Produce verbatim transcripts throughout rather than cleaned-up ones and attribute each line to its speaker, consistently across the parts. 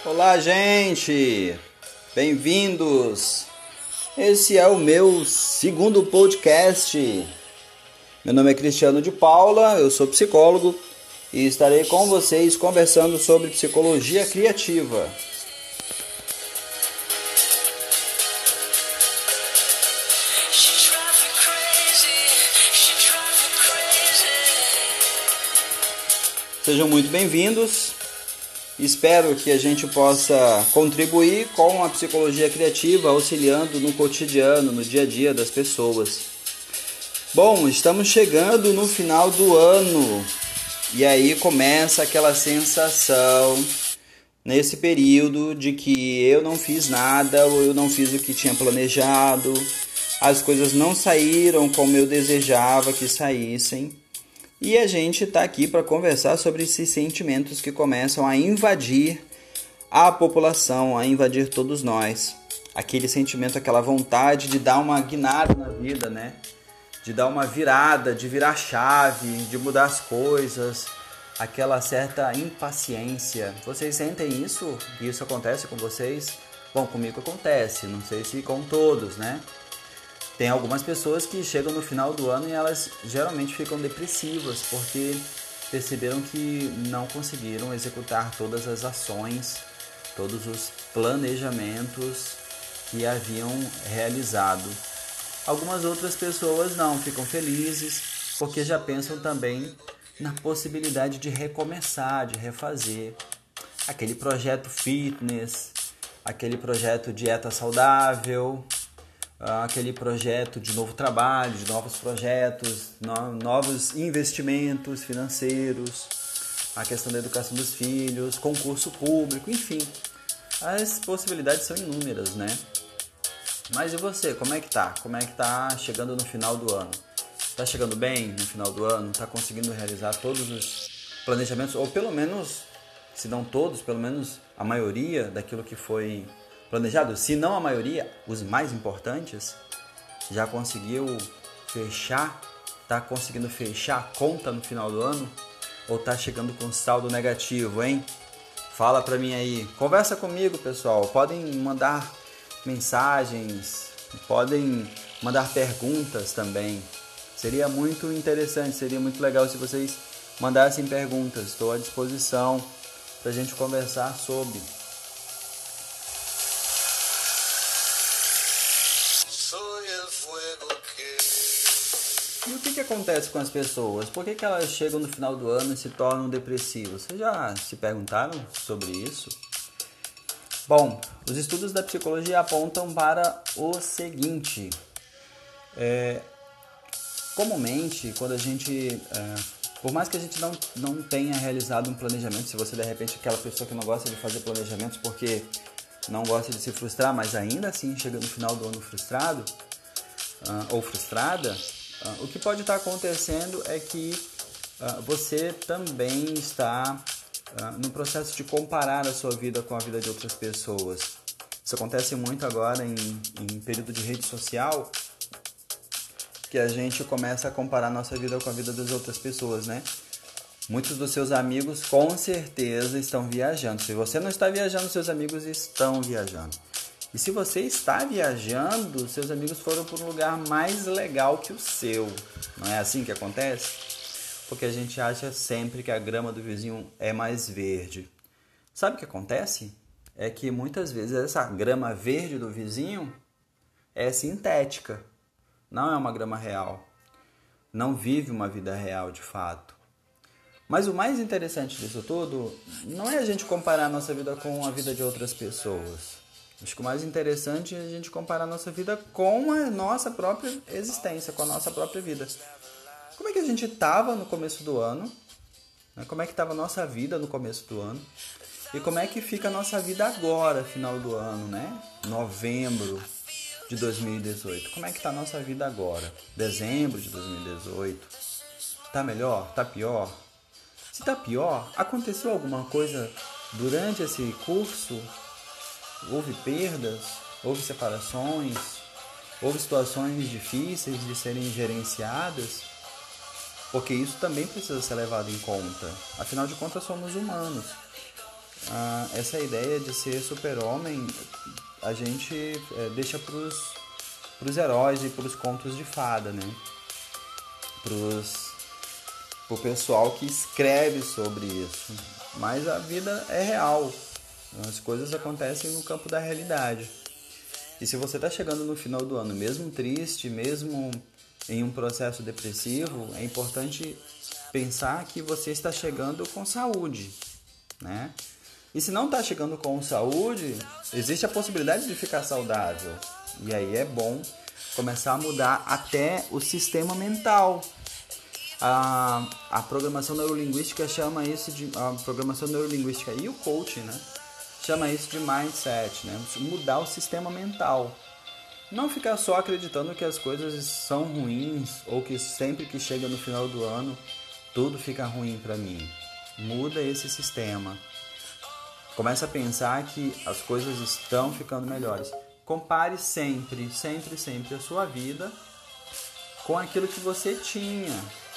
Speaker 1: Olá, gente! Bem-vindos! Esse é o meu segundo podcast. Meu nome é Cristiano de Paula, eu sou psicólogo e estarei com vocês conversando sobre psicologia criativa. Sejam muito bem-vindos. Espero que a gente possa contribuir com a psicologia criativa, auxiliando no cotidiano, no dia a dia das pessoas. Bom, estamos chegando no final do ano e aí começa aquela sensação nesse período de que eu não fiz nada ou eu não fiz o que tinha planejado, as coisas não saíram como eu desejava que saíssem. E a gente está aqui para conversar sobre esses sentimentos que começam a invadir a população, a invadir todos nós. Aquele sentimento, aquela vontade de dar uma guinada na vida, né? De dar uma virada, de virar chave, de mudar as coisas. Aquela certa impaciência. Vocês sentem isso? Isso acontece com vocês? Bom, comigo acontece, não sei se com todos, né? Tem algumas pessoas que chegam no final do ano e elas geralmente ficam depressivas porque perceberam que não conseguiram executar todas as ações, todos os planejamentos que haviam realizado. Algumas outras pessoas não, ficam felizes porque já pensam também na possibilidade de recomeçar, de refazer aquele projeto fitness, aquele projeto dieta saudável, aquele projeto de novo trabalho, de novos projetos, no, novos investimentos financeiros, a questão da educação dos filhos, concurso público, enfim. As possibilidades são inúmeras, né? Mas e você, como é que tá? Como é que tá chegando no final do ano? Tá chegando bem no final do ano? Tá conseguindo realizar todos os planejamentos, ou pelo menos, se não todos, pelo menos a maioria daquilo que foi planejado? Se não a maioria, os mais importantes, já conseguiu fechar? Tá conseguindo fechar a conta no final do ano? Ou tá chegando com saldo negativo, hein? Fala pra mim aí. Conversa comigo, pessoal. Podem mandar mensagens, podem mandar perguntas também. Seria muito interessante, seria muito legal se vocês mandassem perguntas. Estou à disposição pra gente conversar sobre. E o que, que acontece com as pessoas? Por que, que elas chegam no final do ano e se tornam depressivas? Vocês já se perguntaram sobre isso? Bom, os estudos da psicologia apontam para o seguinte. É, comumente, quando a gente... É, por mais que a gente não, não tenha realizado um planejamento, se você de repente é aquela pessoa que não gosta de fazer planejamentos porque não gosta de se frustrar, mas ainda assim chega no final do ano frustrado uh, ou frustrada, Uh, o que pode estar acontecendo é que uh, você também está uh, no processo de comparar a sua vida com a vida de outras pessoas. Isso acontece muito agora em, em período de rede social, que a gente começa a comparar a nossa vida com a vida das outras pessoas, né? Muitos dos seus amigos com certeza estão viajando. Se você não está viajando, seus amigos estão viajando. E se você está viajando, seus amigos foram para um lugar mais legal que o seu. Não é assim que acontece? Porque a gente acha sempre que a grama do vizinho é mais verde. Sabe o que acontece? É que muitas vezes essa grama verde do vizinho é sintética. Não é uma grama real. Não vive uma vida real de fato. Mas o mais interessante disso tudo não é a gente comparar a nossa vida com a vida de outras pessoas. Acho que o mais interessante é a gente comparar a nossa vida com a nossa própria existência, com a nossa própria vida. Como é que a gente estava no começo do ano? Como é que estava a nossa vida no começo do ano? E como é que fica a nossa vida agora, final do ano, né? Novembro de dois mil e dezoito. Como é que está a nossa vida agora? Dezembro de dois mil e dezoito. Tá melhor? Tá pior? Se tá pior, aconteceu alguma coisa durante esse curso? Houve perdas, houve separações, houve situações difíceis de serem gerenciadas, porque isso também precisa ser levado em conta. Afinal de contas, somos humanos. ah, essa ideia de ser super-homem a gente é, deixa para os heróis e para os contos de fada, né? Para o pessoal que escreve sobre isso. Mas a vida é real, as coisas acontecem no campo da realidade. E se você está chegando no final do ano, mesmo triste, mesmo em um processo depressivo, é importante pensar que você está chegando com saúde, né? E se não está chegando com saúde, existe a possibilidade de ficar saudável. E aí é bom começar a mudar até o sistema mental. A, a programação neurolinguística chama isso de... A programação neurolinguística e o coaching, né? Chama isso de mindset, né? Mudar o sistema mental. Não ficar só acreditando que as coisas são ruins ou que sempre que chega no final do ano tudo fica ruim para mim. Muda esse sistema. Começa a pensar que as coisas estão ficando melhores. Compare sempre, sempre, sempre a sua vida com aquilo que você tinha,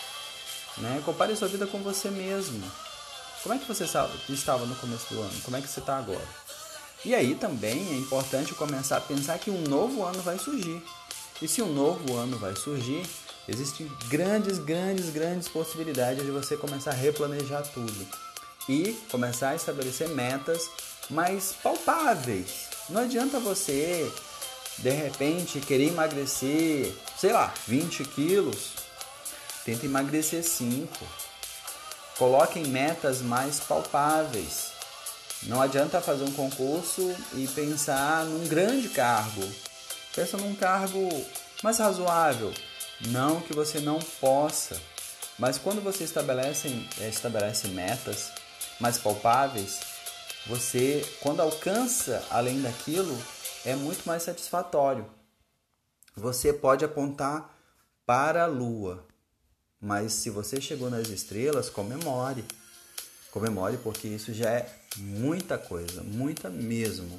Speaker 1: né? Compare a sua vida com você mesmo. Como é que você estava no começo do ano? Como é que você está agora? E aí também é importante começar a pensar que um novo ano vai surgir. E se um novo ano vai surgir, existem grandes, grandes, grandes possibilidades de você começar a replanejar tudo. E começar a estabelecer metas mais palpáveis. Não adianta você, de repente, querer emagrecer, sei lá, vinte quilos. Tenta emagrecer cinco. Coloquem metas mais palpáveis. Não adianta fazer um concurso e pensar num grande cargo. Pensa num cargo mais razoável. Não que você não possa. Mas quando você estabelece, estabelece metas mais palpáveis, você, quando alcança além daquilo, é muito mais satisfatório. Você pode apontar para a lua. Mas se você chegou nas estrelas, comemore. Comemore porque isso já é muita coisa, muita mesmo.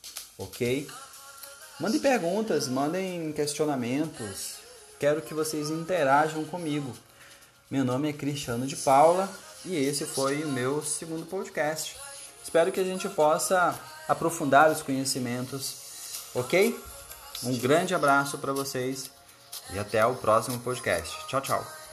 Speaker 1: Ok? Mandem perguntas, mandem questionamentos. Quero que vocês interajam comigo. Meu nome é Cristiano de Paula e esse foi o meu segundo podcast. Espero que a gente possa aprofundar os conhecimentos. Ok? Um grande abraço para vocês e até o próximo podcast. Tchau, tchau.